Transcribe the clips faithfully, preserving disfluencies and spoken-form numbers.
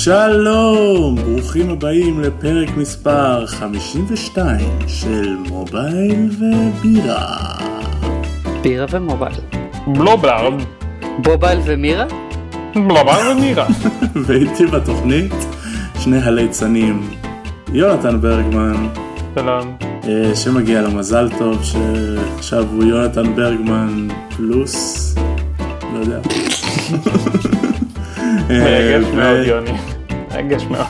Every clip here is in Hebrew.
שלום, ברוכים הבאים לפרק מספר חמישים ושתיים של מובייל ובירה. בירה ומובייל. בלובר. בובייל ומירה? בלובר ומירה. ואיתי בתוכנית שני הליצנים, יונתן ברגמן. שלום. שמגיע לו מזל טוב, שעכשיו הוא יונתן ברגמן פלוס, לא יודע. מרגש מאוד יוני, מרגש מאוד.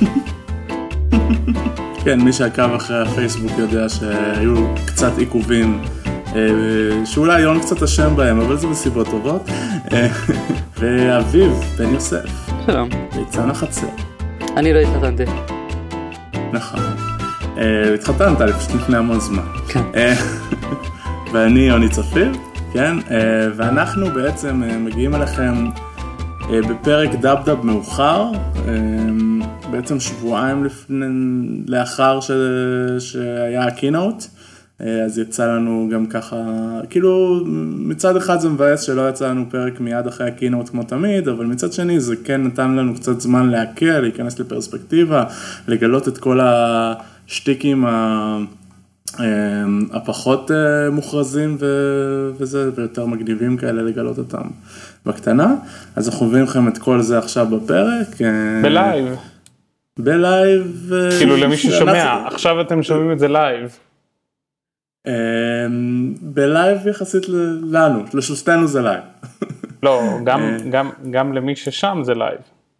כן, מי שעקב אחרי הפייסבוק יודע שהיו קצת עיכובים, שאולי יון קצת אשם בהם, אבל זה מסיבות טובות. ואביב בן יוסף. שלום. ליצן החצר. אני לא התחתנתי. נכון. התחתנת לפני המון זמן. כן. ואני יוני צפיר, כן, ואנחנו בעצם מגיעים אליכם בפרק דב דב מאוחר, בעצם שבועיים לפני, לאחר ש... שהיה הקינוט, אז יצא לנו גם ככה, כאילו מצד אחד זה מבאס שלא יצא לנו פרק מיד אחרי הקינוט כמו תמיד, אבל מצד שני זה כן נתן לנו קצת זמן להקל, להיכנס לפרספקטיבה, לגלות את כל השטיקים ה... הפחות מוכרזים וזה, ויותר מגניבים כאלה לגלות אותם בקטנה. אז אנחנו מביאים לכם את כל זה עכשיו בפרק. בלייב. בלייב. כאילו למי ששומע, עכשיו אתם שומעים את זה לייב. בלייב יחסית לנו, לשלושתנו זה לייב. לא, גם למי ששם זה לייב.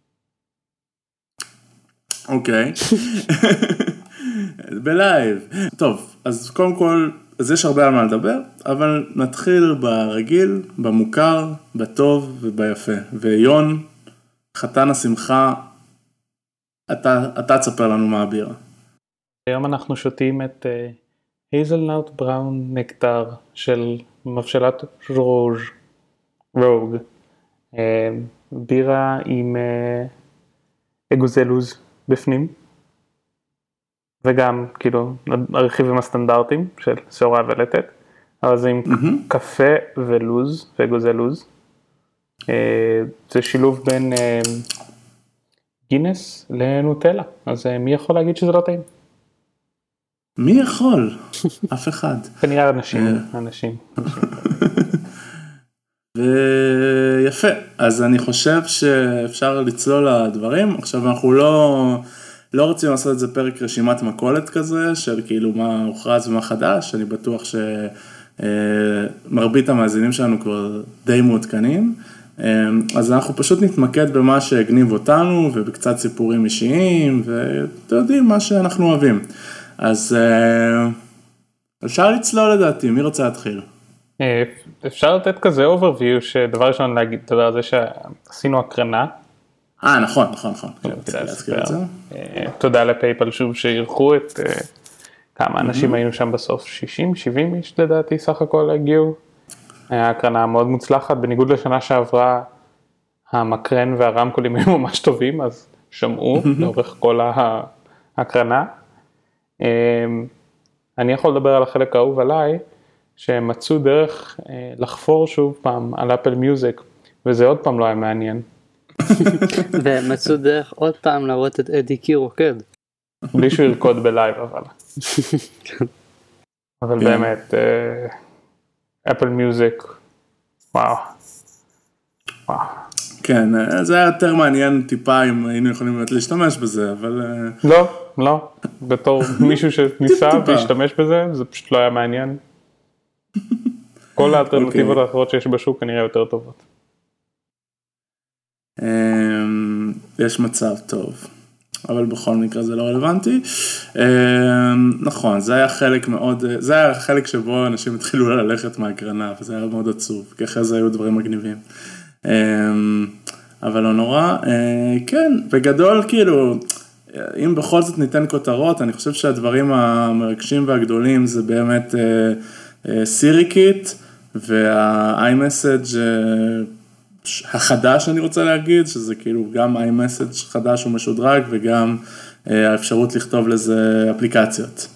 אוקיי. בלייב. טוב, אז קודם כל, אז יש הרבה על מה לדבר, אבל נתחיל ברגיל, במוכר, בטוב וביפה. ויון, חתן השמחה, אתה, אתה תספר לנו מה הבירה. היום אנחנו שותים את הייזלנאוט בראון נקטר של מבשלת רוז' רוג. בירה עם אגוזי לוז בפנים. וגם, כאילו, הרכיבים הסטנדרטיים של שורה ולטת, אבל זה עם mm-hmm. קפה ולוז, ואגוזי לוז. אה, זה שילוב בין אה, גינס לנוטלה, אז אה, מי יכול להגיד שזה לא טעים? מי יכול? אף אחד. כנראה אנשים, אנשים. ויפה, אז אני חושב שאפשר לצלול לדברים, עכשיו אנחנו לא... לא רוצים לעשות את זה פרק רשימת מקולת כזה, של כאילו מה הוכרז ומה חדש, אני בטוח שמרבית המאזינים שלנו כבר די מעודכנים, אז אנחנו פשוט נתמקד במה שהגניב אותנו, ובקצת סיפורים אישיים, ואתם יודעים מה שאנחנו אוהבים. אז אפשר לצלול לדעתי, מי רוצה להתחיל? אפשר לתת כזה overview, שדבר ראשון להגיד, דבר על זה שעשינו הקרנה, אה, נכון, נכון, נכון. תודה לפייפל שוב שאירחו את כמה אנשים היינו שם בסוף, שישים שבעים איש לדעתי סך הכל הגיעו. היה הקרנה מאוד מוצלחת, בניגוד לשנה שעברה המקרן והרמקולים היו ממש טובים, אז שמעו לאורך כל ההקרנה. אני יכול לדבר על החלק האהוב עליי, שהם מצאו דרך לחפור שוב פעם על אפל מיוזיק, וזה עוד פעם לא היה מעניין. ומצאו דרך עוד פעם להראות את אדי קי רוקד. בלי שהוא ירקוד בלייב אבל. אבל באמת, אפל מיוזיק, וואו. וואו. כן, זה היה יותר מעניין טיפה אם היינו יכולים להשתמש בזה, אבל... לא, לא. בתור מישהו שניסה והשתמש בזה, זה פשוט לא היה מעניין. כל האלטרנטיבות האחרות שיש בשוק כנראה יותר טובות. יש מצב טוב, אבל בכל מקרה זה לא רלוונטי. נכון, זה היה חלק מאוד, זה היה חלק שבו אנשים התחילו ללכת מהקרנה, וזה היה מאוד עצוב, כי אחרי זה היו דברים מגניבים. אבל לא נורא, כן, בגדול כאילו, אם בכל זאת ניתן כותרות, אני חושב שהדברים המרגשים והגדולים זה באמת סיריקיט, וה-iMessage החדש אני רוצה להגיד, שזה כאילו גם iMessage חדש ומשודרג, וגם האפשרות לכתוב לזה אפליקציות.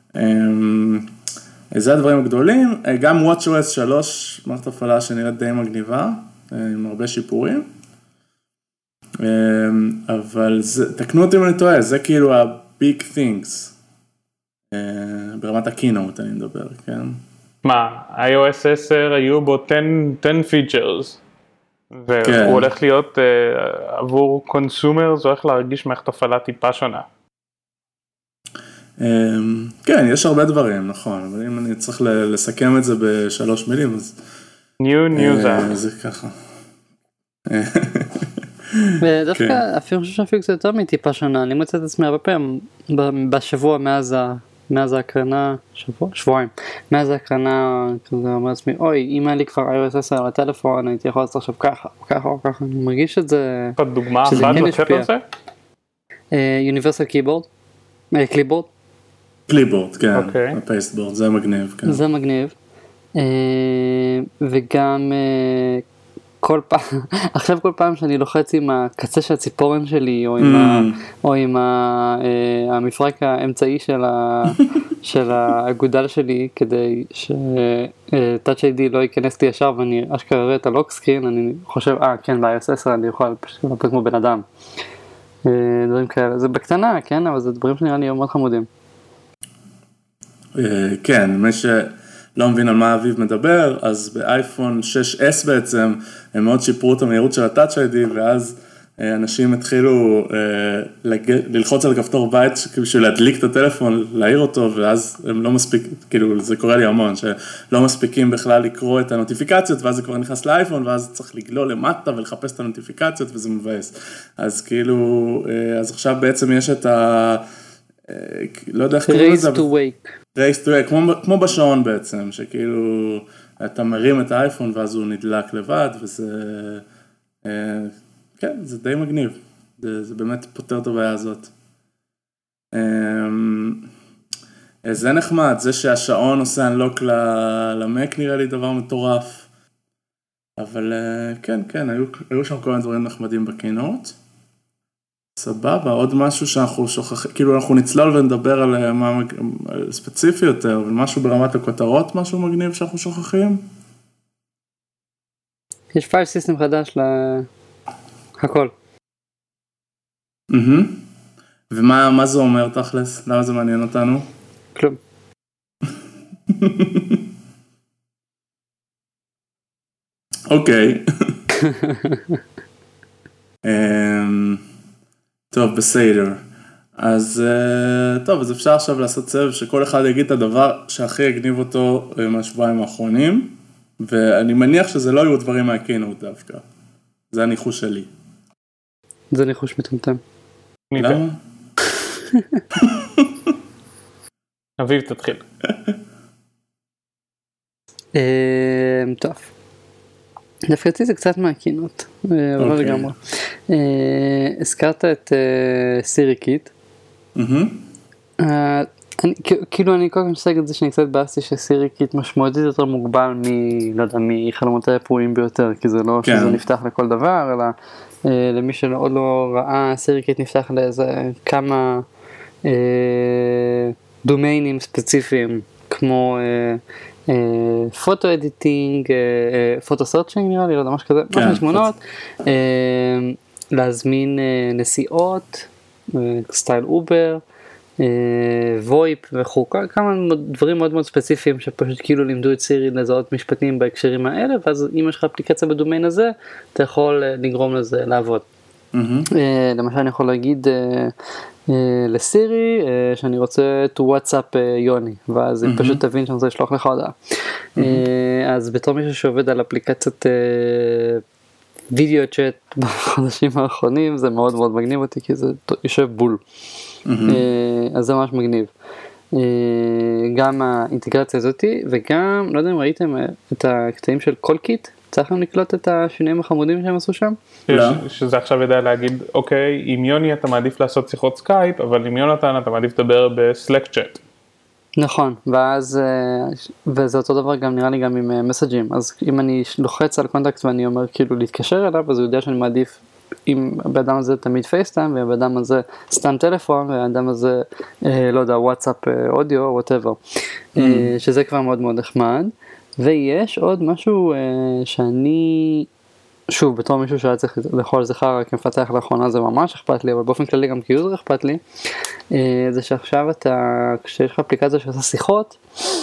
זה הדברים הגדולים, גם WatchOS שלוש, מערכת הפעלה שנראית די מגניבה, עם הרבה שיפורים. אבל זה, תקנו אותי אם אני טועה, זה כאילו ה-big things, ברמת הקינוט אני מדבר, כן? מה, iOS עשר היו בו עשר features, והוא הולך להיות עבור קונסומר, זה הולך להרגיש מערכת הפעלה טיפה שונה. כן, יש הרבה דברים, נכון, אבל אם אני צריך לסכם את זה בשלוש מילים, אז... ניו ניו זה. זה ככה. ודווקא אפילו חושב שאפילו קצת יותר מטיפה שונה, אני מוצא את עצמי הרבה פעמים בשבוע מאז מאז ההקרנה, שבוע? שבועיים, מאז ההקרנה, כזה אומר לעצמי, אוי, אם היה לי כבר iOS עשר על הטלפון, הייתי יכול לעשות עכשיו ככה, או ככה, או ככה, אני מרגיש את זה... דוגמה אחת לתת על זה? Universal Keyboard, קליבורד. קליבורד, כן, הפייסטבורד, זה מגניב, כן. זה מגניב, וגם כל פעם, עכשיו כל פעם שאני לוחץ עם הקצה של הציפורן שלי, או עם, mm. ה, או עם ה, המפרק האמצעי של, ה, של האגודל שלי, כדי ש-Touch איי די לא ייכנס לי ישר, ואני אשכרה רואה את הלוק סקרין, אני חושב, אה, כן, ב-iOS עשר אני יכול פשוט לפעול כמו בן אדם. דברים כאלה, זה בקטנה, כן, אבל זה דברים שנראה לי מאוד חמודים. כן, מי ש... לא מבין על מה אביב מדבר, אז באייפון שש אס בעצם, הם מאוד שיפרו את המהירות של ה-Touch איי די, ואז אנשים התחילו ללחוץ על כפתור בית, בשביל להדליק את הטלפון, להעיר אותו, ואז הם לא מספיק, כאילו זה קורה לי המון, שלא מספיקים בכלל לקרוא את הנוטיפיקציות, ואז זה כבר נכנס לאייפון, ואז צריך לגלול למטה ולחפש את הנוטיפיקציות, וזה מבאס. אז כאילו, אז עכשיו בעצם יש את ה... לא יודע איך קוראים לזה. Race to wake. Race to wake, כמו, כמו בשעון בעצם, שכאילו אתה מרים את האייפון ואז הוא נדלק לבד, וזה, כן, זה די מגניב. זה, זה באמת פותר את הבעיה הזאת. זה נחמד, זה שהשעון עושה אנלוק למק נראה לי דבר מטורף. אבל כן, כן, היו, היו שם כל מיני דברים נחמדים בקיינות. סבבה, עוד משהו שאנחנו שוכחים, כאילו אנחנו נצלול ונדבר על מה ספציפי יותר, אבל משהו ברמת הכותרות, משהו מגניב שאנחנו שוכחים? יש פייל סיסטם חדש להכל. Mm-hmm. ומה מה זה אומר תכלס? למה זה מעניין אותנו? כלום. אוקיי. אממ... טוב, בסדר. אז טוב, אז אפשר עכשיו לעשות סבב שכל אחד יגיד את הדבר שהכי יגניב אותו מהשבועיים האחרונים, ואני מניח שזה לא יהיו דברים מהקיינות דווקא. זה הניחוש שלי. זה ניחוש מטומטם. למה? אביב, תתחיל. טוב. דווקא זה קצת מהקיינות, אבל לגמרי. הזכרת את סירי קיט. כאילו אני כל כך משחק את זה שאני קצת באסתי שסירי קיט משמעותית יותר מוגבל מ... לא יודע, מחלומות הפרועים ביותר, כי זה לא שזה נפתח לכל דבר, אלא למי שעוד לא ראה, סירי קיט נפתח לאיזה כמה דומיינים ספציפיים, כמו... פוטו אדיטינג, פוטו סרצ'ינג נראה לי, לא יודע, משהו כזה, משהו משמונות, להזמין נסיעות, סטייל אובר, וויפ וכו', כמה דברים מאוד מאוד ספציפיים שפשוט כאילו לימדו את סירי לזהות משפטים בהקשרים האלה, ואז אם יש לך אפליקציה בדומיין הזה, אתה יכול לגרום לזה לעבוד. למשל אני יכול להגיד לסירי שאני רוצה to WhatsApp יוני, ואז היא פשוט תבין שאני רוצה לשלוח לך הודעה. אז בתור מישהו שעובד על אפליקציית וידאו צ'אט בחודשים האחרונים, זה מאוד מאוד מגניב אותי, כי זה יושב בול. אז זה ממש מגניב. גם האינטגרציה הזאת, וגם, לא יודע אם ראיתם את הקטעים של קולקיט, צריכים לקלוט את השינויים החמודים שהם עשו שם? שזה עכשיו יודע להגיד, אוקיי, עם יוני אתה מעדיף לעשות שיחות סקייפ, אבל עם יונתן אתה מעדיף לדבר בסלק צ'אט. נכון, ואז, וזה אותו דבר גם נראה לי גם עם מסאג'ים, אז אם אני לוחץ על קונטקט ואני אומר כאילו להתקשר אליו, אז הוא יודע שאני מעדיף, אם באדם הזה תמיד פייסטיים, ובאדם הזה סתם טלפון, ובאדם הזה, לא יודע, וואטסאפ, אודיו, whatever, שזה כבר מאוד מאוד נחמד. ויש עוד משהו שאני שוב, בתור מישהו שהיה צריך לאכול זכר רק מפתח לאחרונה זה ממש אכפת לי, אבל באופן כללי גם כיוזר אכפת לי, זה שעכשיו אתה, כשיש לך אפליקציה שעושה שיחות,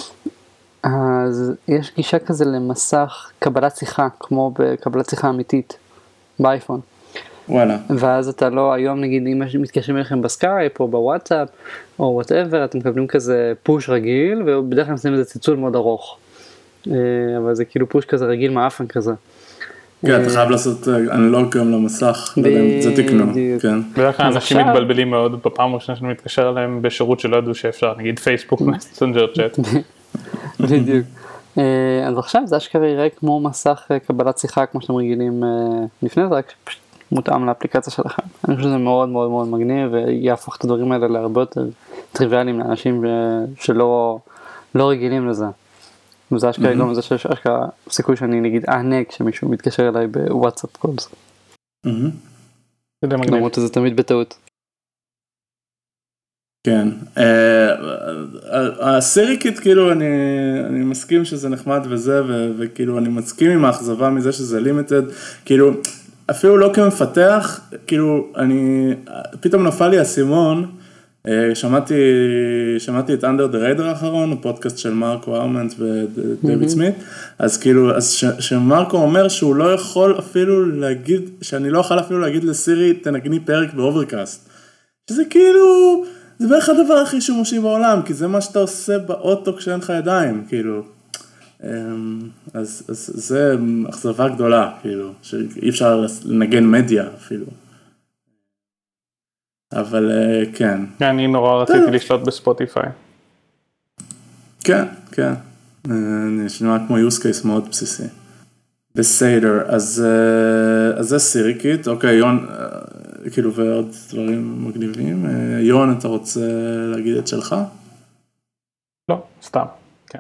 אז יש גישה כזה למסך קבלת שיחה, כמו בקבלת שיחה אמיתית, באייפון. וואלה. ואז אתה לא, היום נגיד אם מתקשרים אליכם בסקייפ או בוואטסאפ או whatever, אתם מקבלים כזה פוש רגיל, ובדרך כלל עושים איזה ציצול מאוד ארוך. אבל זה כאילו פוש כזה רגיל מאפן כזה. כן, אתה חייב לעשות אנלוג גם למסך, זה תקנו, כן. בדרך כלל אנשים מתבלבלים מאוד, בפעם הראשונה שאני מתקשר אליהם בשירות שלא ידעו שאפשר, נגיד פייסבוק, מסנג'ר צ'אט. בדיוק. אז עכשיו זה אשכרה יראה כמו מסך קבלת שיחה, כמו שאתם רגילים לפני זה, רק פשוט מותאם לאפליקציה שלכם. אני חושב שזה מאוד מאוד מאוד מגניב, ויהפוך את הדברים האלה להרבה יותר טריוויאליים לאנשים שלא רגילים לזה. וזה אשכרה גם זה שיש אשכרה סיכוי שאני נגיד אענה כשמישהו מתקשר אליי בוואטסאפ כל זה. למרות שזה תמיד בטעות. כן. הסיריקיט כאילו אני מסכים שזה נחמד וזה, וכאילו אני מסכים עם האכזבה מזה שזה לימיטד, כאילו אפילו לא כמפתח, כאילו אני, פתאום נפל לי הסימון, שמעתי, שמעתי את Under the Radar האחרון, הפודקאסט של מרקו ארמנט ודייוויד סמית, אז כאילו, אז שמרקו אומר שהוא לא יכול אפילו להגיד, שאני לא יכול אפילו להגיד לסירי, תנגני פרק באוברקאסט. שזה כאילו, זה בערך הדבר הכי שימושי בעולם, כי זה מה שאתה עושה באוטו כשאין לך ידיים, כאילו. אז, אז זה אכזבה גדולה, כאילו, שאי אפשר לנגן מדיה אפילו. אבל כן. אני נורא רציתי לשלוט בספוטיפיי. כן, כן. נשמע כמו use case מאוד בסיסי. בסדר, אז זה סיריקיט. אוקיי, יון, כאילו ועוד דברים מגניבים. יון, אתה רוצה להגיד את שלך? לא, סתם, כן.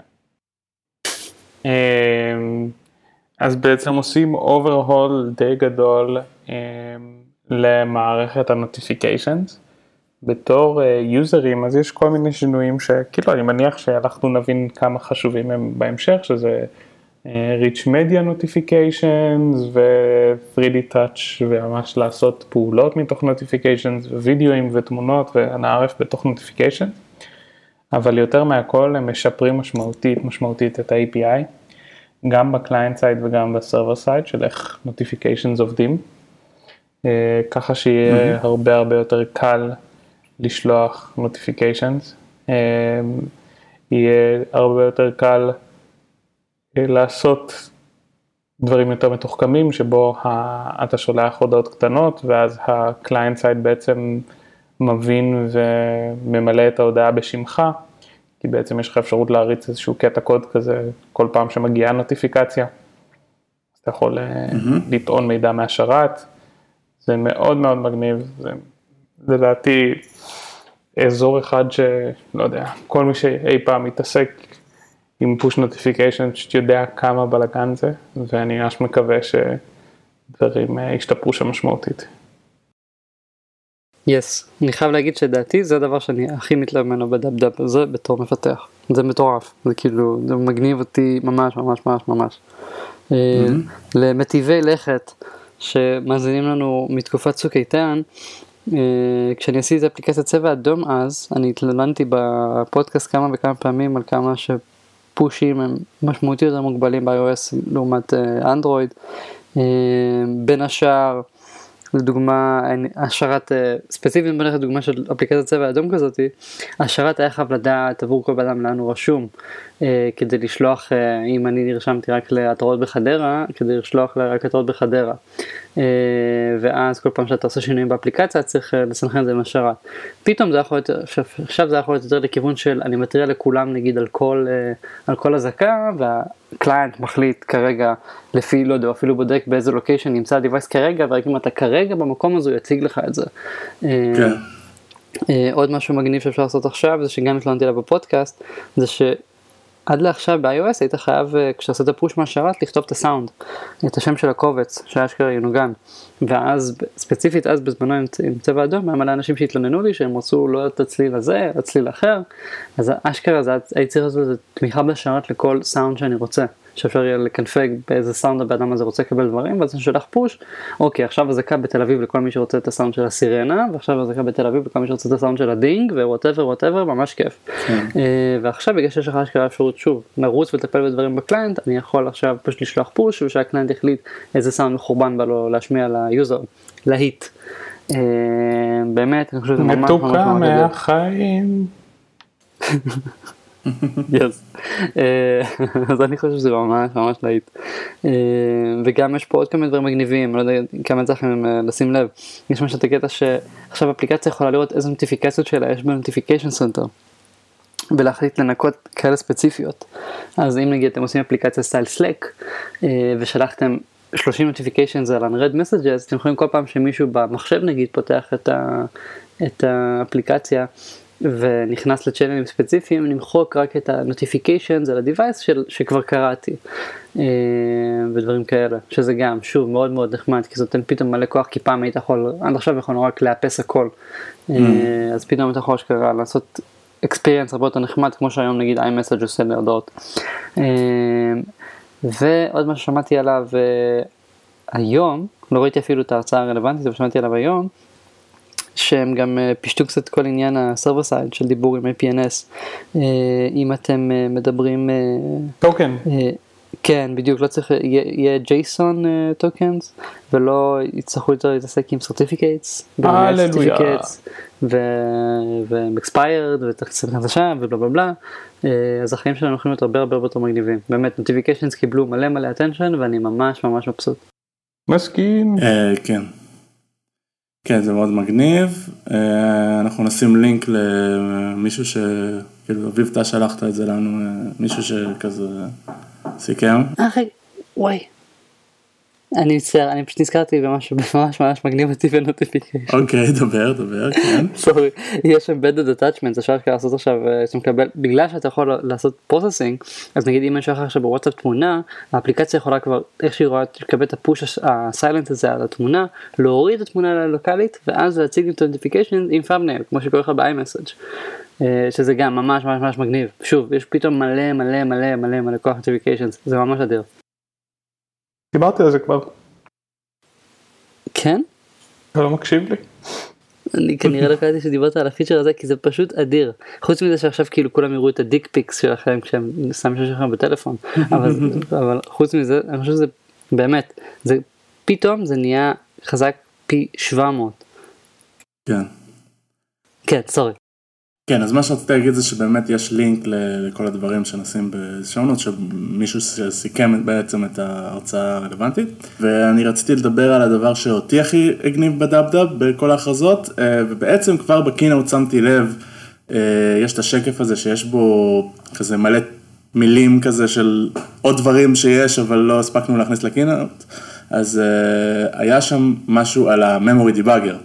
אז בעצם עושים overhaul די גדול למערכת הנוטיפיקיישנס. בתור יוזרים, אז יש כל מיני שינויים שכאילו אני מניח שאנחנו נבין כמה חשובים הם בהמשך, שזה Rich Media Notifications ו-תרי די Touch, וממש לעשות פעולות מתוך Notifications, ווידאוים ותמונות, ונערף בתוך Notifications. אבל יותר מהכל הם משפרים משמעותית, משמעותית את ה-איי פי איי, גם בקליינט סייד וגם בסרבר סייד, של איך Notifications עובדים. ככה שיהיה mm-hmm. הרבה הרבה יותר קל לשלוח notifications, יהיה הרבה יותר קל לעשות דברים יותר מתוחכמים, שבו אתה שולח הודעות קטנות, ואז ה-client side בעצם מבין וממלא את ההודעה בשמך, כי בעצם יש לך אפשרות להריץ איזשהו קטע קוד כזה, כל פעם שמגיעה נוטיפיקציה, אז אתה יכול mm-hmm. לטעון מידע מהשרת, זה מאוד מאוד מגניב, זה לדעתי אזור אחד שלא יודע, כל מי שאי פעם מתעסק עם push notification, שיודע כמה בלגן זה, ואני ממש מקווה שדברים ישתפרו שם משמעותית. Yes, אני חייב להגיד שדעתי זה הדבר שאני הכי מתלהב ממנו בדאב-דאב, זה בתור מפתח, זה מטורף, זה כאילו, זה מגניב אותי ממש ממש ממש ממש. Mm-hmm. למטיבי לכת, שמאזינים לנו מתקופת צוק איתן, כשאני עשיתי את אפליקציית צבע אדום אז, אני התלוננתי בפודקאסט כמה וכמה פעמים על כמה שפושים הם משמעותית יותר מוגבלים ב-iOS לעומת אנדרואיד, בין השאר, לדוגמה, השרת, ספציפית בנך לדוגמה של אפליקציית צבע אדום כזאת, השרת היה חייב לדעת עבור כל אדם לאן הוא רשום, כדי לשלוח, אם אני נרשמתי רק להתראות בחדרה, כדי לשלוח רק להתראות בחדרה, ואז כל פעם שאתה עושה שינויים באפליקציה, צריך לסנכרן את זה עם השרת. פתאום זה יכול להיות, עכשיו זה יכול להיות יותר לכיוון של, אני מתריע לכולם נגיד על כל, על כל הזקה, והקליינט מחליט כרגע, לפי, לא יודע, אפילו בודק באיזה לוקיישן נמצא הדיווייס כרגע, ורק אם אתה כרגע במקום הזה, הוא יציג לך את זה. כן. עוד משהו מגניב שאפשר לעשות עכשיו, זה שגם התלוננתי עליו בפודקאסט, זה שעד לעכשיו ב-iOS היית חייב, כשעשית פוש מהשרת, לכתוב את הסאונד, את השם של הקובץ, שהאשכרה ינוגן. ואז, ספציפית, אז בזמנו עם, עם צבע אדום, היה מלא אנשים שהתלוננו לי, שהם רצו לא את הצליל הזה, הצליל אחר, אז האשכרה, הייתי צריך לעשות תמיכה בשרת לכל סאונד שאני רוצה. שאפשר יהיה לקנפג באיזה סאונד הבאדם הזה רוצה לקבל דברים, ואז אני שולח פוש, אוקיי, עכשיו הזקה בתל אביב לכל מי שרוצה את הסאונד של הסירנה, ועכשיו הזקה בתל אביב לכל מי שרוצה את הסאונד של הדינג, ווואטאבר, וואטאבר, ממש כיף. ועכשיו בגלל שיש לך אשכרה אפשרות שוב, נרוץ ולטפל בדברים בקליינט, אני יכול עכשיו פשוט לשלוח פוש, ושהקליינט יחליט איזה סאונד מחורבן בא לו להשמיע ליוזר, להיט. באמת, אני חושב שזה ממש ממש ממש מתוקה מהחיים. יס. אז אני חושב שזה ממש ממש להיט. וגם יש פה עוד כמה דברים מגניבים, אני לא יודע כמה צריכים לשים לב. יש משהו את הקטע שעכשיו האפליקציה יכולה לראות איזה נוטיפיקציות שלה יש בנוטיפיקיישן סנטר. ולהחליט לנקות כאלה ספציפיות. אז אם נגיד אתם עושים אפליקציה סטייל Slack, ושלחתם שלושים notifications על unread messages, אתם יכולים כל פעם שמישהו במחשב נגיד פותח את, ה, את האפליקציה ונכנס לצ'אנלים ספציפיים, נמחוק רק את ה-notifications על ה-device של, שכבר קראתי, ודברים כאלה, שזה גם, שוב, מאוד מאוד נחמד, כי זה נותן פתאום מלא כוח, כי פעם היית יכול, עד עכשיו יכולנו רק לאפס הכל, mm. אז פתאום אתה יכול שקרה לעשות experience הרבה יותר נחמד, כמו שהיום נגיד iMessage עושה להודעות. ועוד מה ששמעתי עליו היום, לא ראיתי אפילו את ההרצאה הרלוונטית, אבל שמעתי עליו היום, שהם גם פשטו קצת כל עניין הסרבר סייד של דיבור עם איי פי אן אס. אם אתם מדברים... טוקן. כן, בדיוק, לא צריך, יהיה ג'ייסון טוקנס, ולא יצטרכו יותר להתעסק עם סרטיפיקייטס, הללויה. ו-expired, ותחצית חדשה, ובלה בלה בלה. אז החיים שלנו יכולים להיות הרבה הרבה יותר מגניבים. באמת, notifications קיבלו מלא מלא attention, ואני ממש ממש מבסוט. מסכים. כן. כן, זה מאוד מגניב. אנחנו נשים לינק למישהו ש... כאילו, אביב אתה שלחת את זה לנו, מישהו שכזה סיכם. אחי, וואי. אני מצטער, אני פשוט נזכרתי במשהו ממש ממש מגניב אותי בנוטיפיקיישן. אוקיי, דבר, דבר, כן. סורי, יש embedded attachments, אפשר לעשות עכשיו, שמקבל, בגלל שאתה יכול לעשות processing, אז נגיד אם יש לך עכשיו בוואטסאפ תמונה, האפליקציה יכולה כבר, איך שהיא רואה, לקבל את הפוש הסיילנט הזה על התמונה, להוריד את התמונה ללוקלית, ואז להציג את הנוטיפיקיישן עם thumbnail, כמו שקורה לך ב-iMessage. שזה גם ממש ממש ממש מגניב. שוב, יש פתאום מלא מלא מלא מלא מלא כוח notifications, זה ממש אדיר. דיברתי על זה כבר. כן? אתה לא מקשיב לי? אני כנראה לא קראתי שדיברת על הפיצ'ר הזה, כי זה פשוט אדיר. חוץ מזה שעכשיו כאילו כולם יראו את הדיק פיקס שלכם כשהם שמים שלכם בטלפון. אבל, אבל חוץ מזה, אני חושב שזה באמת, זה, פתאום זה נהיה חזק פי שבע מאות. כן. כן, סורי. כן, אז מה שרציתי להגיד זה שבאמת יש לינק לכל הדברים שנשים בשעונות, שמישהו סיכם בעצם את ההרצאה הרלוונטית, ואני רציתי לדבר על הדבר שאותי הכי הגניב בדאב-דאב בכל ההכרזות, ובעצם כבר בקינאוט שמתי לב, יש את השקף הזה שיש בו כזה מלא מילים כזה של עוד דברים שיש, אבל לא הספקנו להכניס לקינאוט, אז היה שם משהו על ה-memory debugger.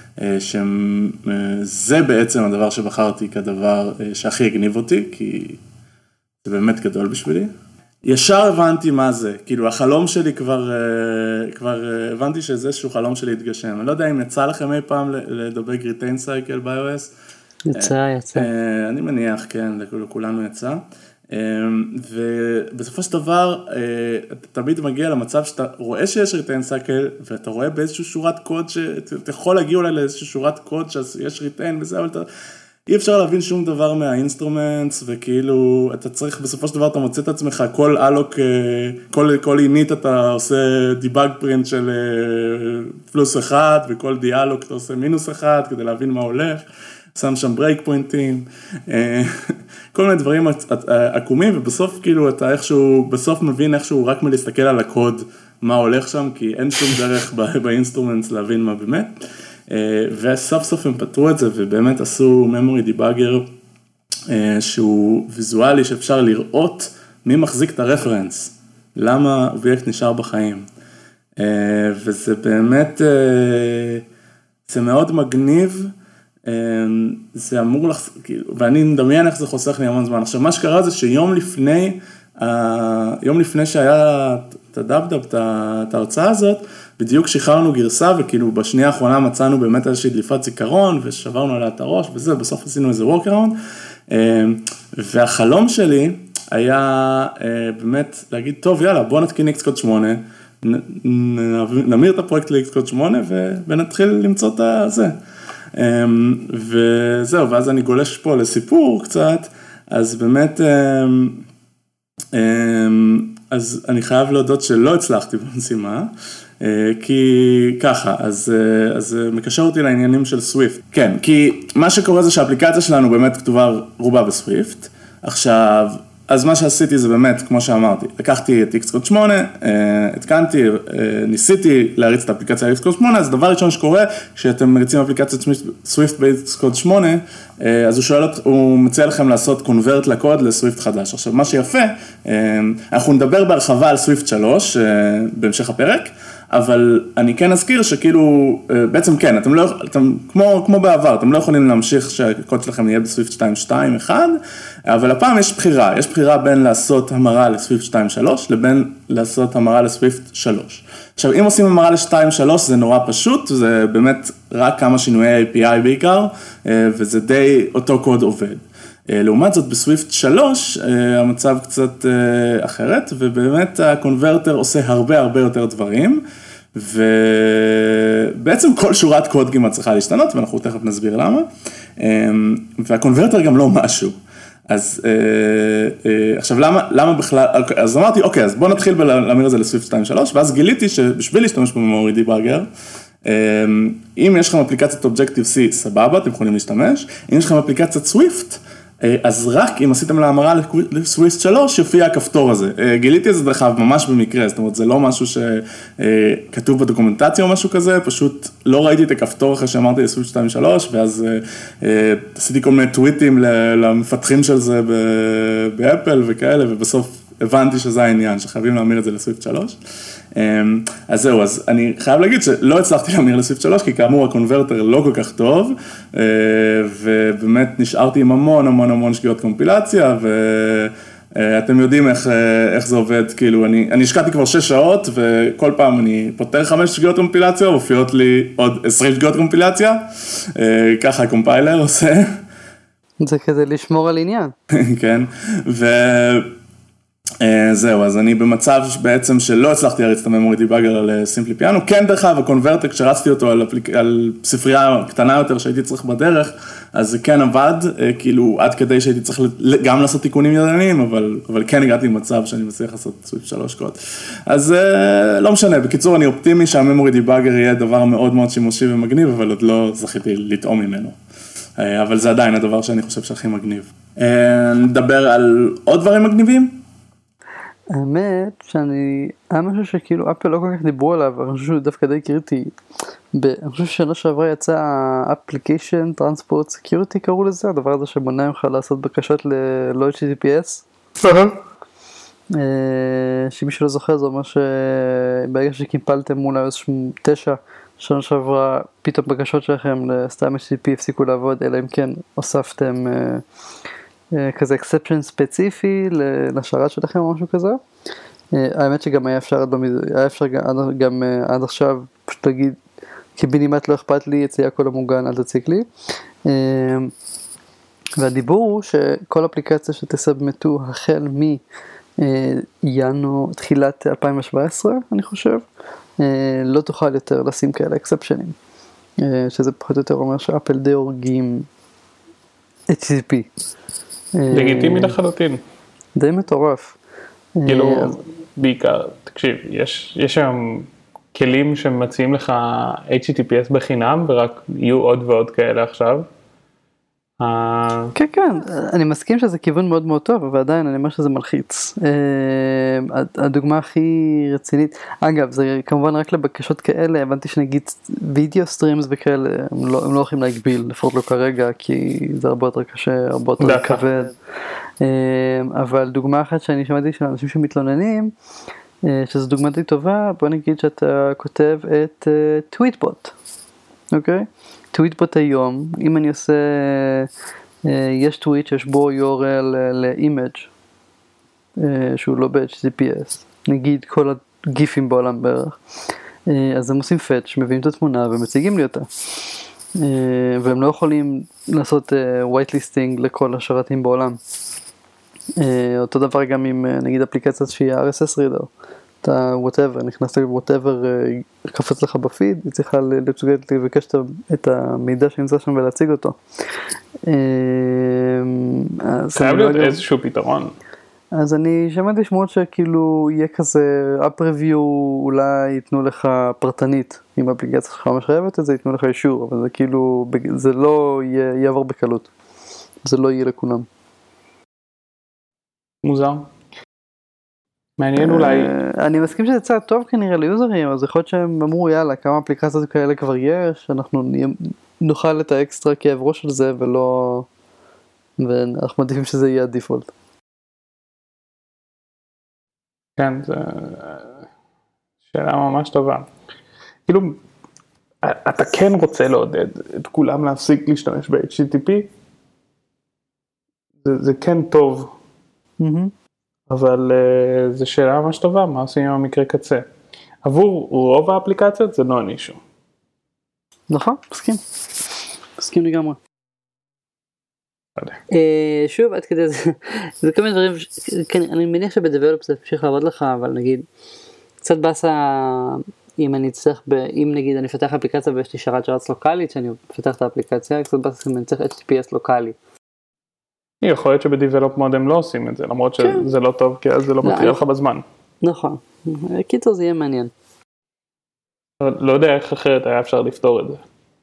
שזה בעצם הדבר שבחרתי כדבר שהכי הגניב אותי, כי זה באמת גדול בשבילי. ישר הבנתי מה זה, כאילו החלום שלי כבר, כבר הבנתי שזה איזשהו חלום שלי התגשם. אני לא יודע אם יצא לכם אי פעם לדבק retain cycle ב-iOS. יצא, יצא. אני מניח, כן, לכולנו יצא. ובסופו של דבר, אתה תמיד מגיע למצב שאתה רואה שיש retain cycle, ואתה רואה באיזושהי שורת קוד, שאתה יכול להגיע אולי לאיזושהי שורת קוד, שיש retain וזה, אבל אתה, אי אפשר להבין שום דבר מהאינסטרומנטס, וכאילו, אתה צריך, בסופו של דבר אתה מוצא את עצמך, כל אלוק, כל, כל אינית אתה עושה דיבאג פרינט של פלוס אחד, וכל דיאלוג אתה עושה מינוס אחד, כדי להבין מה הולך. שם שם ברייק פוינטים, כל מיני דברים עקומים, ובסוף כאילו אתה איכשהו, בסוף מבין איכשהו רק מלהסתכל על הקוד, מה הולך שם, כי אין שום דרך באינסטרומנטס להבין מה באמת, וסוף סוף הם פתרו את זה, ובאמת עשו memory debugger, שהוא ויזואלי שאפשר לראות מי מחזיק את הרפרנס, למה אובייקט נשאר בחיים, וזה באמת, זה מאוד מגניב, זה אמור לך, ואני מדמיין איך זה חוסך לי המון זמן. עכשיו, מה שקרה זה שיום לפני, יום לפני שהיה את הדאב-דאב, את ההרצאה הזאת, בדיוק שחררנו גרסה, וכאילו בשנייה האחרונה מצאנו באמת איזושהי דליפת זיכרון, ושברנו עליה את הראש, וזה, בסוף עשינו איזה workaround, והחלום שלי היה באמת להגיד, טוב יאללה בוא נתקין Xcode שמונה, נמיר את הפרויקט ל-Xcode שמונה ונתחיל למצוא את זה. וזהו, ואז אני גולש פה לסיפור קצת, אז באמת, אז אני חייב להודות שלא הצלחתי במשימה, כי ככה, אז, אז מקשר אותי לעניינים של סוויפט. כן, כי מה שקורה זה שהאפליקציה שלנו באמת כתובה רובה בסוויפט, עכשיו, אז מה שעשיתי זה באמת, כמו שאמרתי, לקחתי את Xcode שמונה, התקנתי, ניסיתי להריץ את האפליקציה Xcode שמונה, אז דבר ראשון שקורה, כשאתם מריצים אפליקציית סוויפט ב-Xcode שמונה, אז הוא שואל, הוא מציע לכם לעשות קונברט לקוד לסוויפט חדש. עכשיו, מה שיפה, אנחנו נדבר בהרחבה על סוויפט שלוש בהמשך הפרק, אבל אני כן אזכיר שכאילו, בעצם כן, אתם לא, אתם, כמו, כמו בעבר, אתם לא יכולים להמשיך שהקוד שלכם יהיה בסוויפט שתיים שתיים אחת, אבל הפעם יש בחירה, יש בחירה בין לעשות המרה לסוויפט שתיים שלוש, לבין לעשות המרה לסוויפט שלוש. עכשיו, אם עושים המרה ל-שתיים שלוש, זה נורא פשוט, זה באמת רק כמה שינויי A P I בעיקר, וזה די אותו קוד עובד. לעומת זאת, בסוויפט שלוש, המצב קצת אחרת, ובאמת הקונברטר עושה הרבה הרבה יותר דברים, ובעצם כל שורת קוד כמעט צריכה להשתנות, ואנחנו תכף נסביר למה, והקונברטר גם לא משהו. אז עכשיו למה, למה בכלל, אז אמרתי, אוקיי, אז בוא נתחיל להמיר את זה לסוויפט שתיים שלוש, ואז גיליתי שבשביל להשתמש בממורי דיבאגר, אם יש לכם אפליקציית Objective-C, סבבה, אתם יכולים להשתמש, אם יש לכם אפליקציית סוויפט, אז רק אם עשיתם להמרה לסוויפט שלוש, יופיע הכפתור הזה. גיליתי את זה דרך אגב ממש במקרה, זאת אומרת, זה לא משהו שכתוב בדוקומנטציה או משהו כזה, פשוט לא ראיתי את הכפתור אחרי שאמרתי לסוויפט שתיים שלוש, ואז עשיתי כל מיני טוויטים למפתחים של זה באפל וכאלה, ובסוף הבנתי שזה העניין, שחייבים להמיר את זה לסוויפט שלוש. אז זהו, אז אני חייב להגיד שלא הצלחתי להמיר לסוויפט שלוש, כי כאמור הקונברטר לא כל כך טוב, ובאמת נשארתי עם המון המון המון שגיאות קומפילציה, ואתם יודעים איך, איך זה עובד, כאילו אני, אני השקעתי כבר שש שעות, וכל פעם אני פותר חמש שגיאות קומפילציה, מופיעות לי עוד עשרים שגיאות קומפילציה, ככה הקומפיילר עושה. זה כזה לשמור על עניין. כן, ו... זהו, אז אני במצב בעצם שלא הצלחתי להריץ את הממורי דיבאגר על סימפלי פיאנו, כן דרך אגב, הקונברטר, כשרצתי אותו על, אפליק... על ספרייה קטנה יותר שהייתי צריך בדרך, אז זה כן עבד, כאילו עד כדי שהייתי צריך גם לעשות תיקונים ידניים, אבל, אבל כן הגעתי למצב שאני מצליח לעשות סוויפט שלוש קוד. אז לא משנה, בקיצור אני אופטימי שהממורי דיבאגר יהיה דבר מאוד מאוד שימושי ומגניב, אבל עוד לא זכיתי לטעום ממנו. אבל זה עדיין הדבר שאני חושב שהכי מגניב. נדבר על עוד דברים מגניבים? האמת שאני, היה משהו שכאילו אפל לא כל כך דיברו עליו, אבל אני חושב שהוא דווקא די קריטי. אני חושב ששנה שעברה יצא Application Transport Security קראו לזה, הדבר הזה שמונע ממך לעשות בקשות ל-Low H T T P S. שמי שלא זוכר זה אומר שברגע שקימפלתם מול ה-איו אס תשע, שנה שעברה פתאום בקשות שלכם לסתם H T T P הפסיקו לעבוד, אלא אם כן הוספתם כזה אקספשן ספציפי לשרת שלכם או משהו כזה. האמת שגם היה אפשר, היה אפשר גם עד עכשיו פשוט להגיד, קיבינימט לא אכפת לי, אצלי הכל המוגן, אל תציק לי. והדיבור הוא שכל אפליקציה שתסבמטו החל מינואר, תחילת אלפיים שבע עשרה, אני חושב, לא תוכל יותר לשים כאלה אקספשנים. שזה פחות או יותר אומר שאפל די הורגים H T T P. לגיטימי לחלוטין. די מטורף. כאילו, בעיקר, תקשיב, יש שם כלים שמציעים לך H T T P S בחינם, ורק יהיו עוד ועוד כאלה עכשיו. כן, כן, אני מסכים שזה כיוון מאוד מאוד טוב, אבל עדיין אני אומר שזה מלחיץ. הדוגמה הכי רצינית, אגב, זה כמובן רק לבקשות כאלה, הבנתי שנגיד וידאו סטרימס וכאלה, הם לא הולכים להגביל, לפחות לא כרגע, כי זה הרבה יותר קשה, הרבה יותר כבד. אבל דוגמה אחת שאני שמעתי של אנשים שמתלוננים, שזו דוגמה די טובה, בוא נגיד שאתה כותב את טוויטבוט, אוקיי? טוויטבוט היום, אם אני עושה, יש טוויט שיש בו יו אר אל לאימג' שהוא לא ב-H T T P S, נגיד כל הגיפים בעולם בערך, אז הם עושים פאץ', מביאים את התמונה ומציגים לי אותה, והם לא יכולים לעשות white listing לכל השרתים בעולם. אותו דבר גם עם נגיד אפליקציה שהיא אר אס אס reader, אתה whatever, נכנסת ל-whatever, קפץ לך בפיד, היא צריכה לבקש את המידע שנמצא שם ולהציג אותו. חייב להיות איזשהו פתרון. אז אני שמעתי שמות שכאילו יהיה כזה up review, אולי ייתנו לך פרטנית, אם האפליקציה שלך משחייבת את זה, ייתנו לך אישור, אבל זה כאילו, זה לא יעבור בקלות. זה לא יהיה לכולם. מוזר. מעניין אולי. אני מסכים שזה צעד טוב כנראה ליוזרים, אז יכול להיות שהם אמרו יאללה, כמה אפליקציות כאלה כבר יש, אנחנו נאכל את האקסטרה כאב ראש של זה, ולא, ואנחנו מעדיפים שזה יהיה הדיפולט. כן, זו שאלה ממש טובה. כאילו, אתה כן רוצה לעודד את כולם להפסיק להשתמש ב-אייץ' טי טי פי? זה, זה כן טוב. Mm-hmm. אבל uh, זו שאלה ממש טובה, מה עושים עם המקרה קצה? עבור רוב האפליקציות זה לא נישהו. נכון, מסכים. מסכים לגמרי. שוב, עד כדי זה, זה כל מיני דברים, אני מניח שבדבלופ זה תמשיך לעבוד לך, אבל נגיד, קצת בסה, אם אני צריך, אם נגיד אני פתח אפליקציה ויש לי שרת שרץ לוקלית, שאני פתח את האפליקציה, קצת בסה אם אני צריך אייץ' טי טי פי אס לוקלי. יכול להיות שבדיבלופ מוד הם לא עושים את זה, למרות שזה לא טוב, כי אז זה לא מטריע לך בזמן. נכון, קיצור זה יהיה מעניין. לא יודע איך אחרת היה אפשר לפתור את זה.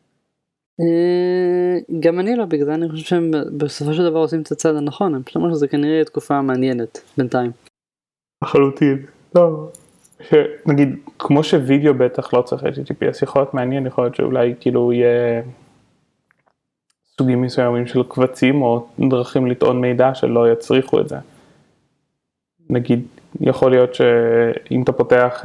גם אני לא, בגלל זה אני חושב שהם בסופו של דבר עושים את הצד הנכון, אני פשוט אומר שזה כנראה תקופה מעניינת בינתיים. לחלוטין, לא. נגיד, כמו שווידאו בטח לא צריך אייץ' טי טי פי אס, יכול להיות מעניין, יכול להיות שאולי כאילו יהיה סוגים מסוימים של קבצים או דרכים לטעון מידע שלא יצריכו את זה. נגיד, יכול להיות שאם אתה פותח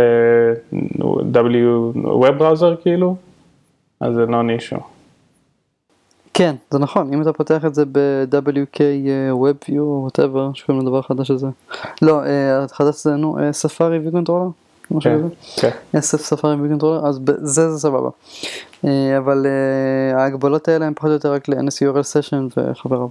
W Web Browser כאילו, אז זה לא נישהו. כן, זה נכון, אם אתה פותח את זה ב-דאבליו קיי WebView או whatever, שקוראים לדבר חדש הזה. לא, החדש זה, נו, ספארי וקונטרולר? כן, כן. אס אף ספארי וקונטרולר, אז זה זה סבבה. אבל ההגבלות האלה הן פחות או יותר רק ל-אן אס יו אר אל סשן וחבריו.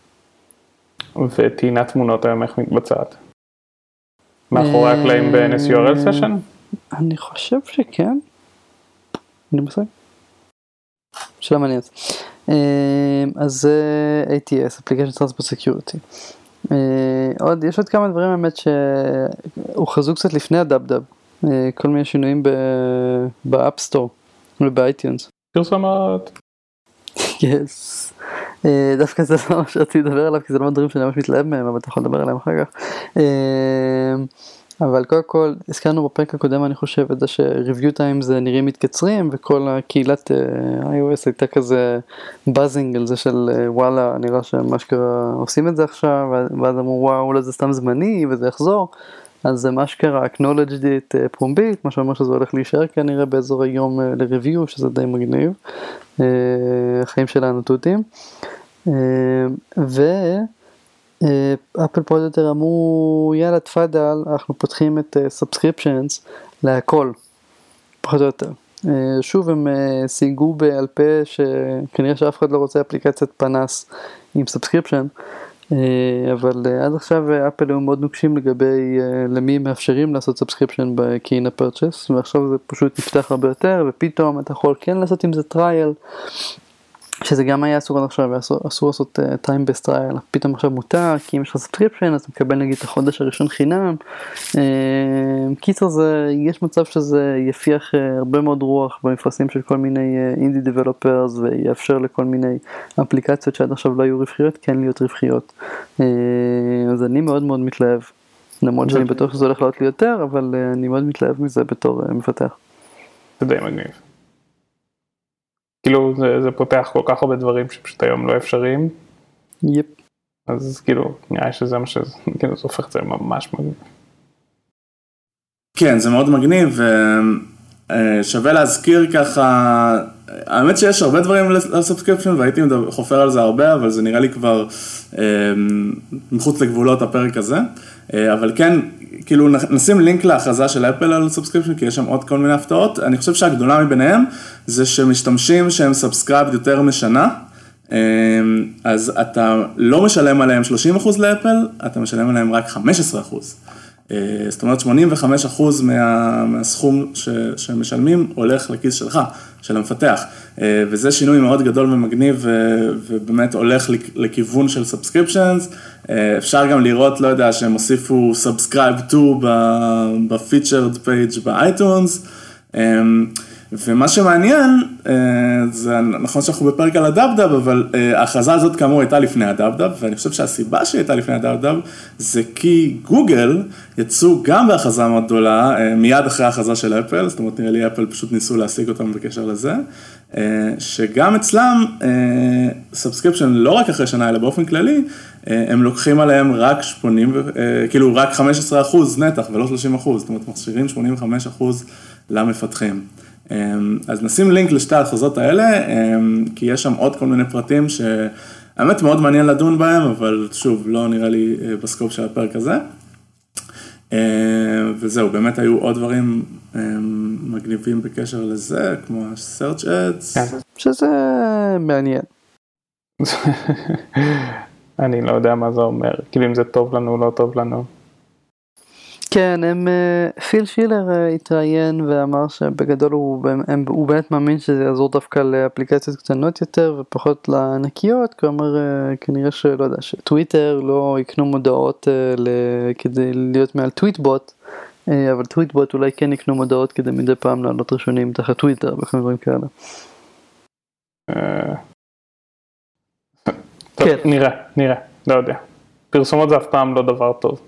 וטעינת תמונות היום איך מתבצעת? מאחורי הקלעים ב-אן אס יו אר אל סשן? אני חושב שכן. אני מסכים. שאלה מעניינת. אז זה איי טי אס, Application Transport Security. עוד, יש עוד כמה דברים באמת שהוכרזו קצת לפני הדאב-דאב. כל מיני שינויים באפסטור ובאייטיונס. פרסומות. יס. דווקא זה לא מה שרציתי לדבר עליו, כי זה לא דברים שאני ממש מתלהב מהם, אבל אתה יכול לדבר עליהם אחר כך. אבל קודם כל, הזכרנו בפרק הקודם, אני חושב, את זה ש-review time זה נראים מתקצרים, וכל הקהילת iOS הייתה כזה בזינג על זה של וואלה, נראה שמה שקרה עושים את זה עכשיו, ואז אמרו וואו, אולי זה סתם זמני, וזה יחזור. אז זה מה שקרה, acknowledged it פומבית, מה שאומר שזה הולך להישאר כנראה באזור היום ל-review, שזה די מגניב. החיים שלנו תותים. ו... אפל פה יותר אמרו יאללה תפדל, אנחנו פותחים את סאבסקריפשנס להכל, פחות או יותר. שוב הם סייגו בעל פה שכנראה שאף אחד לא רוצה אפליקציית פנס עם סאבסקריפשן, אבל עד עכשיו אפל היו מאוד נוקשים לגבי למי מאפשרים לעשות סאבסקריפשן ב-Key in a Purchase, ועכשיו זה פשוט נפתח הרבה יותר, ופתאום אתה יכול כן לעשות עם זה טרייל, שזה גם היה אסור עד עכשיו, אסור לעשות time based trial, פתאום עכשיו מותר, כי אם יש לך subscription, אז אתה מקבל נגיד את החודש הראשון חינם. קיצר זה, יש מצב שזה יפיח הרבה מאוד רוח במפרסים של כל מיני אינדי דבלופרס, ויאפשר לכל מיני אפליקציות שעד עכשיו לא היו רווחיות, כן להיות רווחיות. אז אני מאוד מאוד מתלהב, למרות שאני בטוח שזה הולך לעלות לי יותר, אבל אני מאוד מתלהב מזה בתור מפתח. זה די מגניב. כאילו זה, זה פותח כל כך הרבה דברים שפשוט היום לא אפשריים. יפ. אז כאילו נראה שזה מה שזה, כאילו זה הופך את זה ממש מגניב. כן, זה מאוד מגניב, ושווה להזכיר ככה, האמת שיש הרבה דברים לסאבסקריפשן, והייתי חופר על זה הרבה, אבל זה נראה לי כבר מחוץ לגבולות הפרק הזה, אבל כן, כאילו נשים לינק להכרזה של אפל על סאבסקריפשן, כי יש שם עוד כל מיני הפתעות. אני חושב שהגדולה מביניהם זה שמשתמשים שהם סאבסקרייבד יותר משנה, אז אתה לא משלם עליהם שלושים אחוז לאפל, אתה משלם עליהם רק חמישה עשר אחוז. זאת אומרת, שמונים וחמישה אחוז מה, מהסכום ש, שמשלמים הולך לכיס שלך, של המפתח, וזה שינוי מאוד גדול ומגניב, ו, ובאמת הולך לכיוון של subscriptions, אפשר גם לראות, לא יודע, שהם הוסיפו subscribe to ב-featured page באייטונס, ומה שמעניין, זה נכון שאנחנו בפרק על הדאב-דאב, אבל ההכרזה הזאת כאמור הייתה לפני הדאב-דאב, ואני חושב שהסיבה שהייתה לפני הדאב-דאב, זה כי גוגל יצאו גם בהכרזה מאוד גדולה, מיד אחרי ההכרזה של אפל, זאת אומרת נראה לי אפל פשוט ניסו להשיג אותם בקשר לזה, שגם אצלם, סאבסקריפשן לא רק אחרי שנה, אלא באופן כללי, הם לוקחים עליהם רק שמונים, כאילו רק חמישה עשר אחוז נתח ולא שלושים אחוז, זאת אומרת מכשירים שמונים וחמישה אחוז למפתחים. אז נשים לינק לשתי ההכרזות האלה, כי יש שם עוד כל מיני פרטים שהאמת מאוד מעניין לדון בהם, אבל שוב, לא נראה לי בסקופ של הפרק הזה. וזהו, באמת היו עוד דברים מגניבים בקשר לזה, כמו ה-search ads. שזה מעניין. אני לא יודע מה זה אומר, כאילו אם זה טוב לנו או לא טוב לנו. כן, הם, פיל שילר התראיין ואמר שבגדול הוא, הם, הוא באמת מאמין שזה יעזור דווקא לאפליקציות קטנות יותר ופחות לענקיות, כלומר כנראה שלא יודע, שטוויטר לא יקנו מודעות ל, כדי להיות מעל טוויטבוט, אבל טוויטבוט אולי כן יקנו מודעות כדי מדי פעם לעלות ראשונים תחת טוויטר וכל דברים כאלה. טוב, נראה, נראה, לא יודע. פרסומות זה אף פעם לא דבר טוב.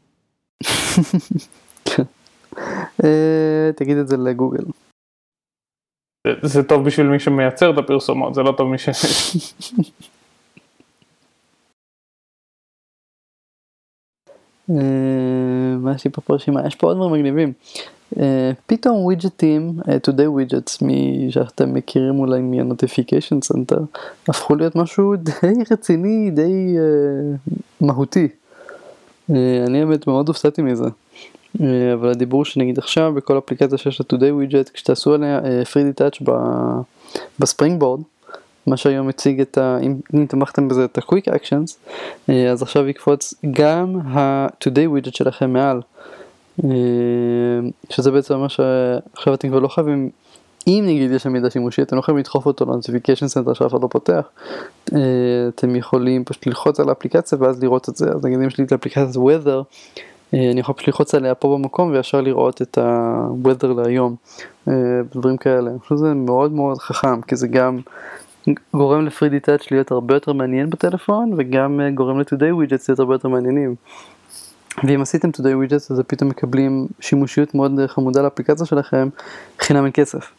תגיד את זה לגוגל. זה טוב בשביל מי שמייצר את הפרסומות, זה לא טוב מי ש... מה יש לי פה פרשימה? יש פה עוד דברים מגניבים. פתאום ווידג'טים, today widgets, שאתם מכירים אולי מה-notification center, הפכו להיות משהו די רציני, די מהותי. אני באמת מאוד הופסעתי מזה, אבל הדיבור שנגיד עכשיו בכל אפליקציה שיש לה today widget, כשתעשו עליה free detach בספרינגבורד, מה שהיום מציג את ה... אם תמכתם בזה את ה-quick actions, אז עכשיו יקפוץ גם ה-today widget שלכם מעל, שזה בעצם מה שעכשיו אתם כבר לא חייבים, אם נגיד יש שם מידע שימושי, אתם לא יכולים לדחוף אותו ל-notification center שאף אחד לא פותח, אתם יכולים פשוט ללחוץ על האפליקציה ואז לראות את זה. אז נגיד אם יש לי את האפליקציית weather, אני יכול פשוט ללחוץ עליה פה במקום וישר לראות את ה-weather להיום, דברים כאלה. אני חושב שזה מאוד מאוד חכם, כי זה גם גורם ל-free detach להיות הרבה יותר מעניין בטלפון, וגם גורם ל-today widgets להיות הרבה יותר מעניינים. ואם עשיתם today widgets, אז פתאום מקבלים שימושיות מאוד חמודה לאפליקציה שלכם, חינם אין כסף.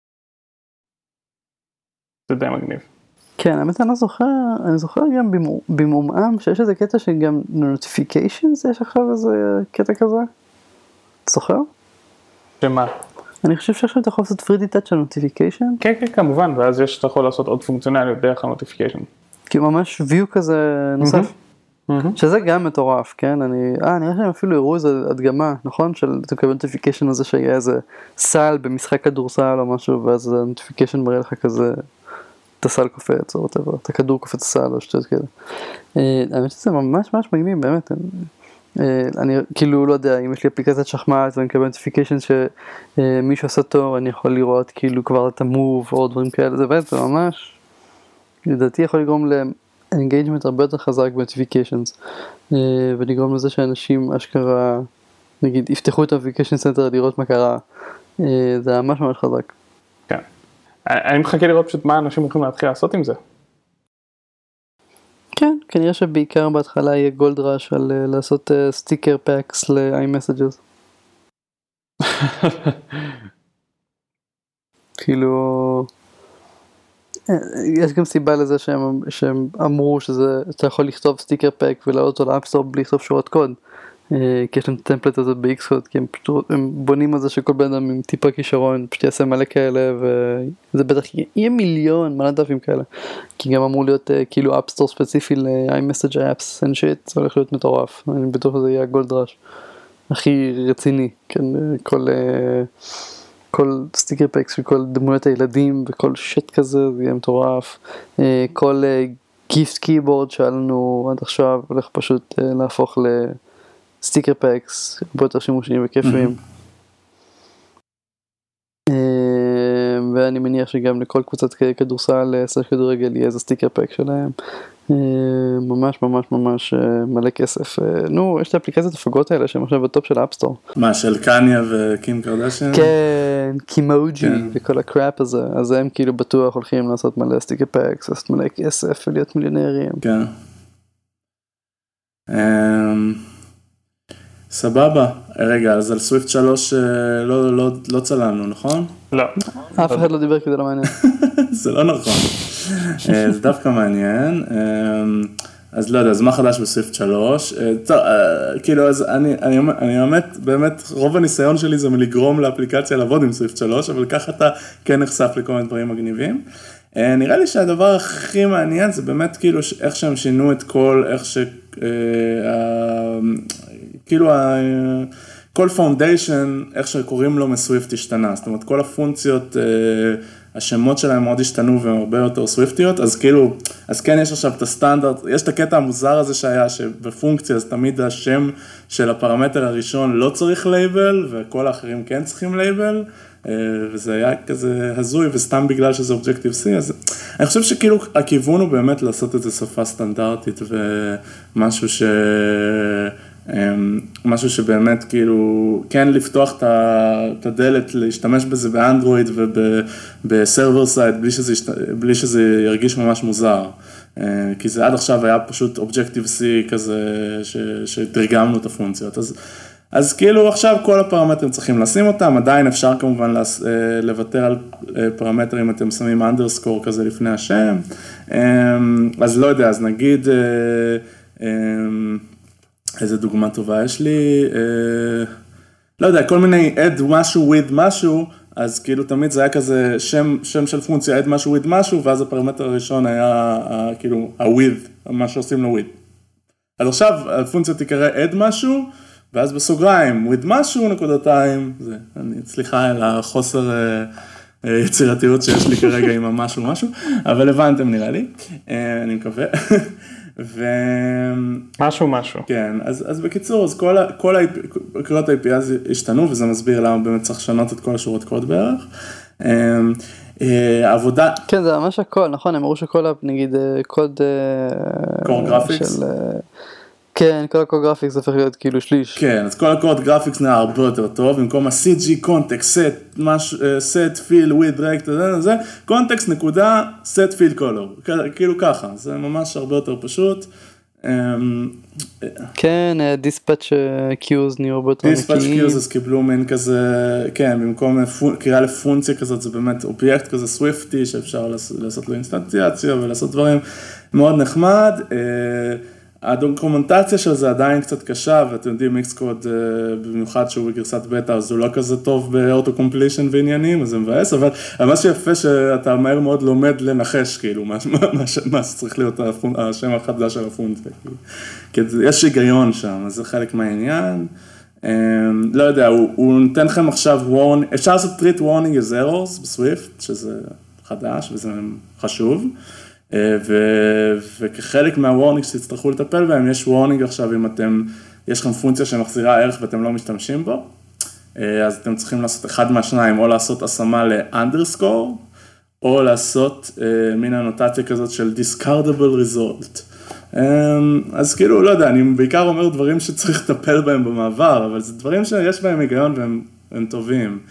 זה די מגניב. כן, האמת אני לא זוכר, אני זוכר גם במומעם שיש איזה קטע שגם notifications, יש עכשיו איזה קטע כזה? אתה זוכר? שמה? אני חושב שעכשיו אתה יכול לעשות free detach של notification. כן, כן, כמובן, ואז יש, אתה יכול לעשות עוד פונקציונליות דרך ה-notification. כי ממש view כזה נוסף. שזה גם מטורף, כן? אני, אה, נראה שהם אפילו הראו איזו הדגמה, נכון? של, אתה מקבל notification הזה שיהיה איזה סל במשחק כדורסל או משהו, ואז ה-notification מראה לך כזה, את הסל קופץ או whatever, את הכדור קופץ הסל או שטויות כאלה. האמת שזה ממש ממש מגניב, באמת. אני כאילו לא יודע, אם יש לי אפליקציית שחמט ואני מקבל notification שמישהו עשה טוב, אני יכול לראות כאילו כבר את המוב או דברים כאלה, זה באמת, זה ממש, לדעתי יכול לגרום להם, engagement הרבה יותר חזק ב-notifications, ולגרום לזה שאנשים אשכרה, נגיד, יפתחו את ה-notification center לראות מה קרה, זה ממש ממש חזק. כן. אני מחכה לראות פשוט מה אנשים יכולים להתחיל לעשות עם זה. כן, כנראה שבעיקר בהתחלה יהיה גולד ראש על לעשות סטיקר פאקס ל-iMessages. כאילו... יש גם סיבה לזה שהם, שהם אמרו שזה, אתה יכול לכתוב סטיקר פאק ולעלות אותו לאפסטור בלי לכתוב שורת קוד, כי יש להם טמפלט הזה ב-Xcode, כי הם, פשוט, הם בונים על זה שכל בן אדם עם טיפה כישרון פשוט יעשה מלא כאלה, וזה בטח יהיה מיליון מלא דפים כאלה, כי גם אמור להיות כאילו אפסטור ספציפי ל-iMessage apps and shit, זה הולך להיות מטורף, אני בטוח שזה יהיה הגולד ראש הכי רציני, כן, כל... כל סטיקר פקס של כל דמויות הילדים וכל שיט כזה, זה יהיה מטורף. כל גיפט קיבורד שהיה לנו עד עכשיו הולך פשוט להפוך לסטיקר פקס, הרבה יותר שימושיים וכיפים. ואני מניח שגם לכל קבוצת כדורסל, סלש כדורגל, יהיה איזה סטיקר פק שלהם. ממש ממש ממש מלא כסף. נו, יש את האפליקציות הפגות האלה שהם עכשיו בטופ של האפסטור. מה, של קניה וקים קרדשן? כן, קימוג'י וכל הקראפ הזה. אז הם כאילו בטוח הולכים לעשות מלא סטיקר פקס, לעשות מלא כסף ולהיות מיליונרים. כן. סבבה. רגע, אז על סוויפט שלוש לא, לא, לא צללנו, נכון? לא. אף אחד לא דיבר כדי לא מעניין. זה לא נכון. זה דווקא מעניין. אז לא יודע, אז מה חדש בסוויפט שלוש? טוב, כאילו, אז אני, אני, אני באמת, באמת, רוב הניסיון שלי זה מלגרום לאפליקציה לעבוד עם סוויפט שלוש, אבל ככה אתה כן נחשף לכל מיני דברים מגניבים. נראה לי שהדבר הכי מעניין זה באמת כאילו איך שהם שינו את כל, איך ש... כאילו, כל פאונדיישן, איך שקוראים לו מסוויפט השתנה, זאת אומרת, כל הפונקציות, השמות שלהם מאוד השתנו והן הרבה יותר סוויפטיות, אז כאילו, אז כן יש עכשיו את הסטנדרט, יש את הקטע המוזר הזה שהיה, שבפונקציה, אז תמיד השם של הפרמטר הראשון לא צריך לייבל, וכל האחרים כן צריכים לייבל, וזה היה כזה הזוי, וסתם בגלל שזה Objective-C, אז אני חושב שכאילו הכיוון הוא באמת לעשות את זה שפה סטנדרטית, ומשהו ש... משהו שבאמת כאילו, כן לפתוח את הדלת, להשתמש בזה באנדרואיד ובסרבר סייד, בלי שזה, בלי שזה ירגיש ממש מוזר. כי זה עד עכשיו היה פשוט Objective-C כזה, שתרגמנו את הפונקציות. אז, אז כאילו עכשיו כל הפרמטרים צריכים לשים אותם, עדיין אפשר כמובן לוותר על פרמטרים, אם אתם שמים אנדרסקור כזה לפני השם. אז לא יודע, אז נגיד... איזה דוגמה טובה יש לי, אה, לא יודע, כל מיני add משהו with משהו, אז כאילו תמיד זה היה כזה שם, שם של פונקציה, add משהו with משהו, ואז הפרמטר הראשון היה ה, כאילו ה-with, מה שעושים לו with. אז עכשיו הפונקציה תקרא add משהו, ואז בסוגריים, with משהו נקודתיים, זה, אני, סליחה על החוסר אה, אה, יצירתיות שיש לי כרגע עם המשהו משהו, אבל הבנתם נראה לי, אה, אני מקווה. ו... משהו משהו. כן, אז, אז בקיצור, אז כל, כל הקריאות ה-איי פי איי השתנו, וזה מסביר למה באמת צריך לשנות את כל השורות קוד בערך. העבודה... כן, זה ממש הכל, נכון, הם אמרו שכל, נגיד, קוד... קוד גרפיקס? של... כן, כל הקוד גרפיקס הופך להיות כאילו שליש. כן, אז כל הקוד גרפיקס נהיה הרבה יותר טוב, במקום ה-סי ג'י context, set, set, fill, with, direct, זה, context נקודה, set, fill, color, כאילו ככה, זה ממש הרבה יותר פשוט. כן, dispatch queues נהיו הרבה יותר נקיים. dispatch queues אז קיבלו מין כזה, כן, במקום קריאה לפונקציה כזאת, זה באמת אובייקט כזה סוויפטי, שאפשר לעשות לו אינסטנציאציה ולעשות דברים מאוד נחמד. הדוקומנטציה של זה עדיין קצת קשה, ואתם יודעים, מיקסקוד, במיוחד שהוא בגרסת בטא, אז הוא לא כזה טוב באוטו-קומפלישן ועניינים, אז זה מבאס, אבל מה שיפה שאתה מהר מאוד לומד לנחש, כאילו, מה שצריך להיות השם החדש של הפונקציה, כי יש היגיון שם, אז זה חלק מהעניין. לא יודע, הוא נותן לכם עכשיו warning, אפשר לעשות treat warning as errors בסוויפט, שזה חדש וזה חשוב. ו- וכחלק מהוורנינג שתצטרכו לטפל בהם, יש וורנינג עכשיו אם אתם, יש לכם פונקציה שמחזירה ערך ואתם לא משתמשים בו, אז אתם צריכים לעשות אחד מהשניים, או לעשות השמה ל-underscore, או לעשות מין הנוטציה כזאת של discardable result. אז כאילו, לא יודע, אני בעיקר אומר דברים שצריך לטפל בהם במעבר, אבל זה דברים שיש בהם היגיון והם הם טובים.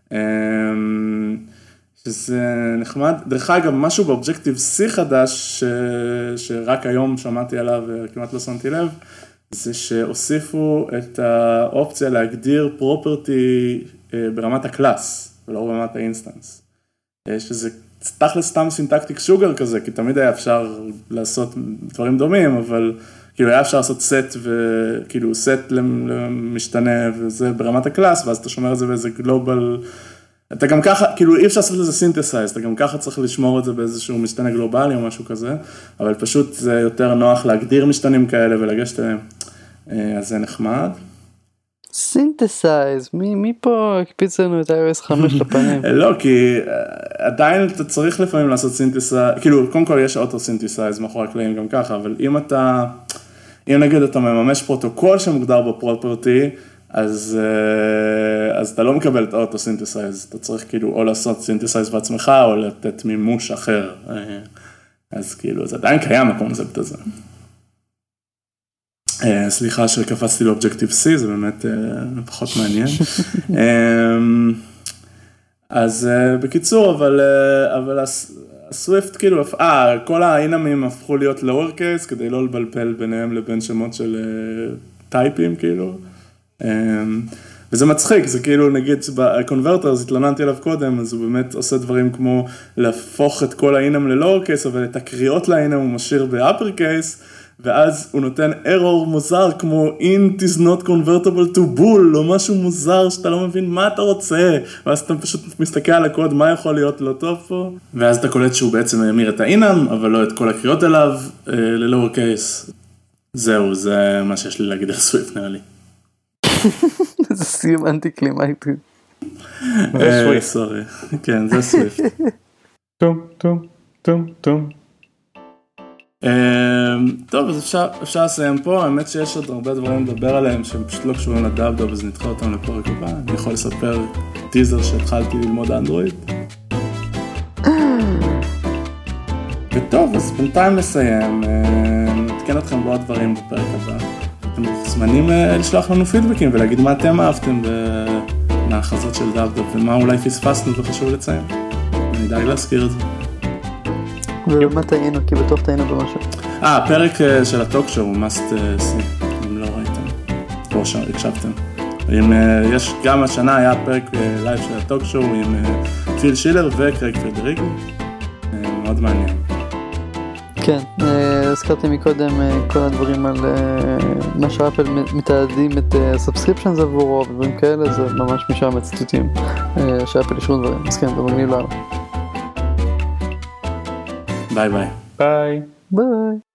שזה נחמד, דרך אגב, משהו באובג'קטיב-C חדש, ש... שרק היום שמעתי עליו וכמעט לא שמתי לב, זה שהוסיפו את האופציה להגדיר פרופרטי ברמת הקלאס, ולא ברמת האינסטנס. שזה תכל'ס סתם סינטקטיק שוגר כזה, כי תמיד היה אפשר לעשות דברים דומים, אבל כאילו היה אפשר לעשות סט וכאילו סט למשתנה, וזה ברמת הקלאס, ואז אתה שומר את זה באיזה גלובל, אתה גם ככה, כאילו אי אפשר לעשות לזה סינתסייז, אתה גם ככה צריך לשמור את זה באיזשהו משתנה גלובלי או משהו כזה, אבל פשוט זה יותר נוח להגדיר משתנים כאלה ולגשת אליהם, אז זה נחמד. סינתסייז, מי, מי פה הקפיץ לנו את איי או אס חמש לפנים? לא, כי עדיין אתה צריך לפעמים לעשות סינתסייז, כאילו, קודם כל יש אוטו סינתסייז מאחורי הקלעים גם ככה, אבל אם אתה, אם נגיד אתה מממש פרוטוקול שמוגדר בפרופרטי, אז, אז אתה לא מקבל את האוטו סינתסייז, אתה צריך כאילו או לעשות סינתסייז בעצמך, או לתת מימוש אחר, אז כאילו, זה עדיין קיים הקונספט הזה. סליחה שקפצתי לאובג'קטיב C, זה באמת פחות מעניין. אז בקיצור, אבל, אבל הסוויפט כאילו, אה, כל האינמים הפכו להיות lower case, כדי לא לבלבל ביניהם לבין שמות של טייפים, כאילו. וזה מצחיק, זה כאילו, נגיד, בקונברטר, אז התלוננתי עליו קודם, אז הוא באמת עושה דברים כמו להפוך את כל האינם ל-lower case, אבל את הקריאות לאינם הוא משאיר ב-upper case, ואז הוא נותן error מוזר כמו int is not convertible to bool, או משהו מוזר שאתה לא מבין מה אתה רוצה, ואז אתה פשוט מסתכל על הקוד, מה יכול להיות לא טוב פה, ואז אתה קולט שהוא בעצם ימיר את האינם, אבל לא את כל הקריאות אליו, ל-lower case. זהו, זה מה שיש לי להגיד על סוויפט נראה לי. זה סיום אנטי קלימייטי. זה סוויפט. סורי, כן, זה סוויפט. טום, טום, טום, טום. טוב, אז אפשר, אפשר לסיים פה, האמת שיש עוד הרבה דברים לדבר עליהם שהם פשוט לא קשורים לדאב-דאב, אז נדחה אותם לפרק הבא. אני יכול לספר טיזר שהתחלתי ללמוד אנדרואיד. וטוב, אז בינתיים נסיים, נתקן אתכם בעוד דברים בפרק הבא. אתם מוזמנים לשלוח לנו פידבקים ולהגיד מה אתם אהבתם מההכרזות של דאב-דאב ומה אולי פספסנו וחשוב לציין. אני דאג להזכיר את זה. ומה טעינו? כי בטוח טעינו במשהו. אה, הפרק של הטוק-שואו הוא must see, אם לא ראיתם, או שהקשבתם. אם יש, גם השנה היה פרק לייב של הטוק-שואו עם פיל שילר וקרייג פרדריקו, מאוד מעניין. כן, הזכרתי מקודם כל הדברים על מה שאפל מתעדים את הסאבסקריפשנס עבורו ודברים כאלה, זה ממש משם הציטוטים שאפל ישרו דברים, אז כן, זה מגניב לנו. ביי ביי. ביי. ביי.